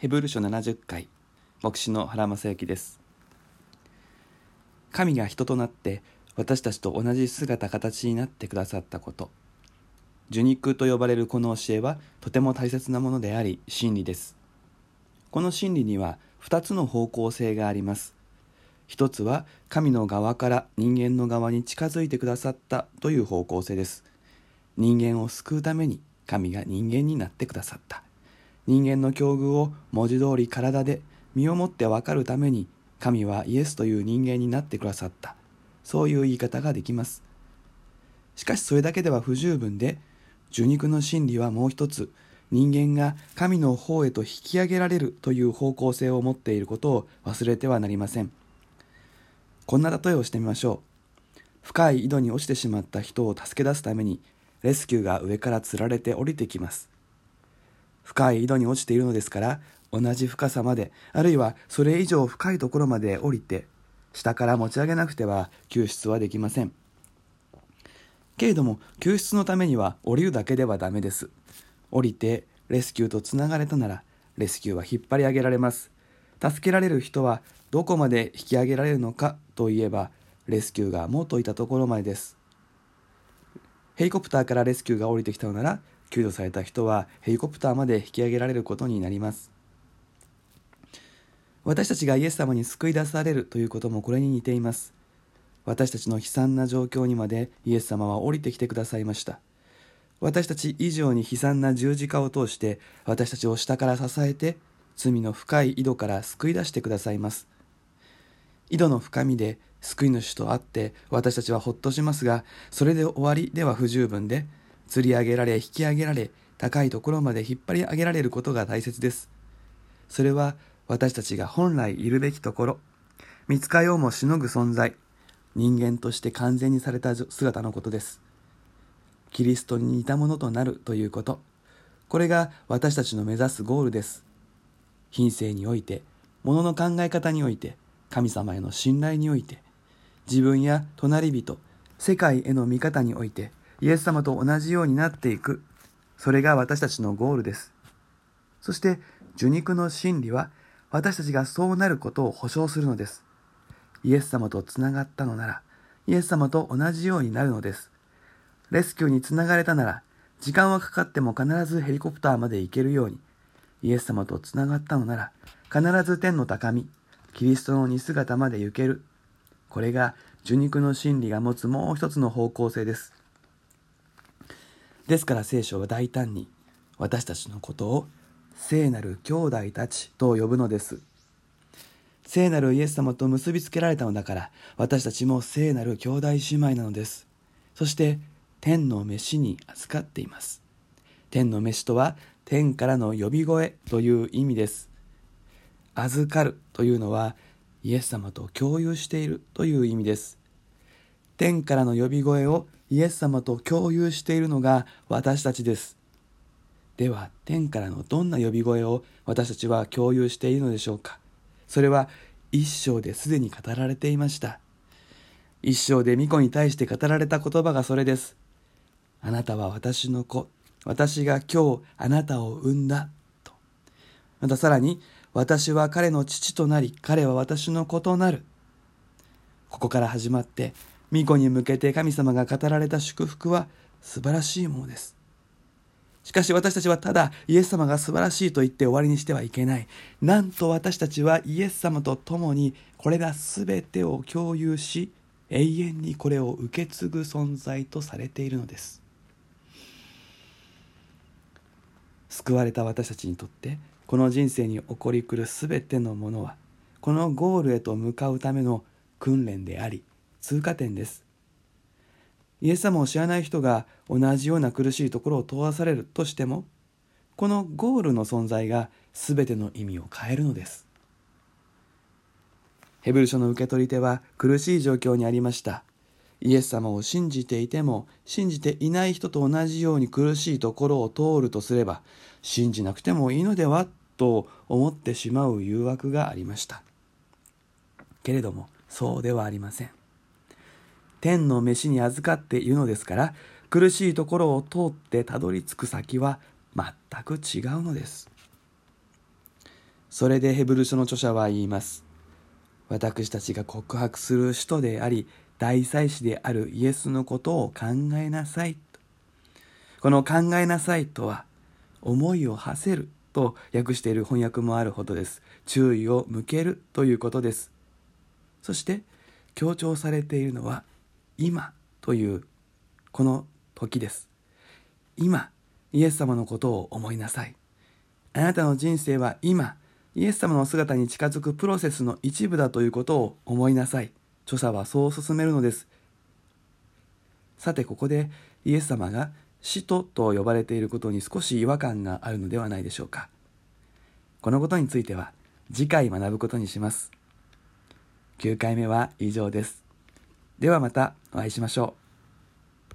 ヘブル書70回、牧師の原正幸です。神が人となって私たちと同じ姿形になってくださったこと、受肉と呼ばれるこの教えはとても大切なものであり真理です。この真理には2つの方向性があります。一つは神の側から人間の側に近づいてくださったという方向性です。人間を救うために神が人間になってくださった。人間の境遇を文字通り体で身をもって分かるために神はイエスという人間になってくださった。そういう言い方ができます。しかしそれだけでは不十分で、受肉の真理はもう一つ、人間が神の方へと引き上げられるという方向性を持っていることを忘れてはなりません。こんな例えをしてみましょう。深い井戸に落ちてしまった人を助け出すためにレスキューが上から吊られて降りてきます。深い井戸に落ちているのですから、同じ深さまで、あるいはそれ以上深いところまで降りて、下から持ち上げなくては救出はできません。けれども、救出のためには降りるだけではダメです。降りてレスキューとつながれたなら、レスキューは引っ張り上げられます。助けられる人はどこまで引き上げられるのかといえば、レスキューが元いたところまでです。ヘリコプターからレスキューが降りてきたのなら、救助された人はヘリコプターまで引き上げられることになります。私たちがイエス様に救い出されるということもこれに似ています。私たちの悲惨な状況にまでイエス様は降りてきてくださいました。私たち以上に悲惨な十字架を通して私たちを下から支えて、罪の深い井戸から救い出してくださいます。井戸の深みで救い主と会って私たちはほっとしますが、それで終わりでは不十分で、釣り上げられ引き上げられ、高いところまで引っ張り上げられることが大切です。それは私たちが本来いるべきところ、見つかようもしのぐ存在、人間として完全にされた姿のことです。キリストに似たものとなるということ、これが私たちの目指すゴールです。品性において、物の考え方において、神様への信頼において、自分や隣人、世界への見方において、イエス様と同じようになっていく。それが私たちのゴールです。そして、受肉の真理は、私たちがそうなることを保証するのです。イエス様とつながったのなら、イエス様と同じようになるのです。レスキューにつながれたなら、時間はかかっても必ずヘリコプターまで行けるように、イエス様とつながったのなら、必ず天の高み、キリストの似姿まで行ける。これが受肉の真理が持つもう一つの方向性です。ですから聖書は大胆に私たちのことを聖なる兄弟たちと呼ぶのです。聖なるイエス様と結びつけられたのだから、私たちも聖なる兄弟姉妹なのです。そして天の召しに預かっています。天の召しとは天からの呼び声という意味です。預かるというのはイエス様と共有しているという意味です。天からの呼び声をイエス様と共有しているのが私たちです。では、天からのどんな呼び声を私たちは共有しているのでしょうか。それは一章ですでに語られていました。一章で御子に対して語られた言葉がそれです。あなたは私の子、私が今日あなたを産んだと。またさらに、私は彼の父となり、彼は私の子となる。ここから始まって、御子に向けて神様が語られた祝福は素晴らしいものです。しかし私たちはただイエス様が素晴らしいと言って終わりにしてはいけない。なんと私たちはイエス様と共にこれらすべてを共有し、永遠にこれを受け継ぐ存在とされているのです。救われた私たちにとって、この人生に起こり来るすべてのものは、このゴールへと向かうための訓練であり、通過点です。イエス様を知らない人が同じような苦しいところを通らされるとしても、このゴールの存在が全ての意味を変えるのです。ヘブル書の受け取り手は苦しい状況にありました。イエス様を信じていても信じていない人と同じように苦しいところを通るとすれば、信じなくてもいいのではと思ってしまう誘惑がありました。けれどもそうではありません。天の召しに預かっているのですから、苦しいところを通ってたどり着く先は全く違うのです。 それでヘブル書の著者は言います。私たちが告白する使徒であり、大祭司であるイエスのことを考えなさい。この考えなさいとは、思いを馳せると訳している翻訳もあるほどです。注意を向けるということです。そして強調されているのは、今というこの時です。今、イエス様のことを思いなさい。あなたの人生は今、イエス様の姿に近づくプロセスの一部だということを思いなさい。著者はそう進めるのです。さて、ここでイエス様が使徒と呼ばれていることに少し違和感があるのではないでしょうか。このことについては次回学ぶことにします。9回目は以上です。ではまたお会いしましょう。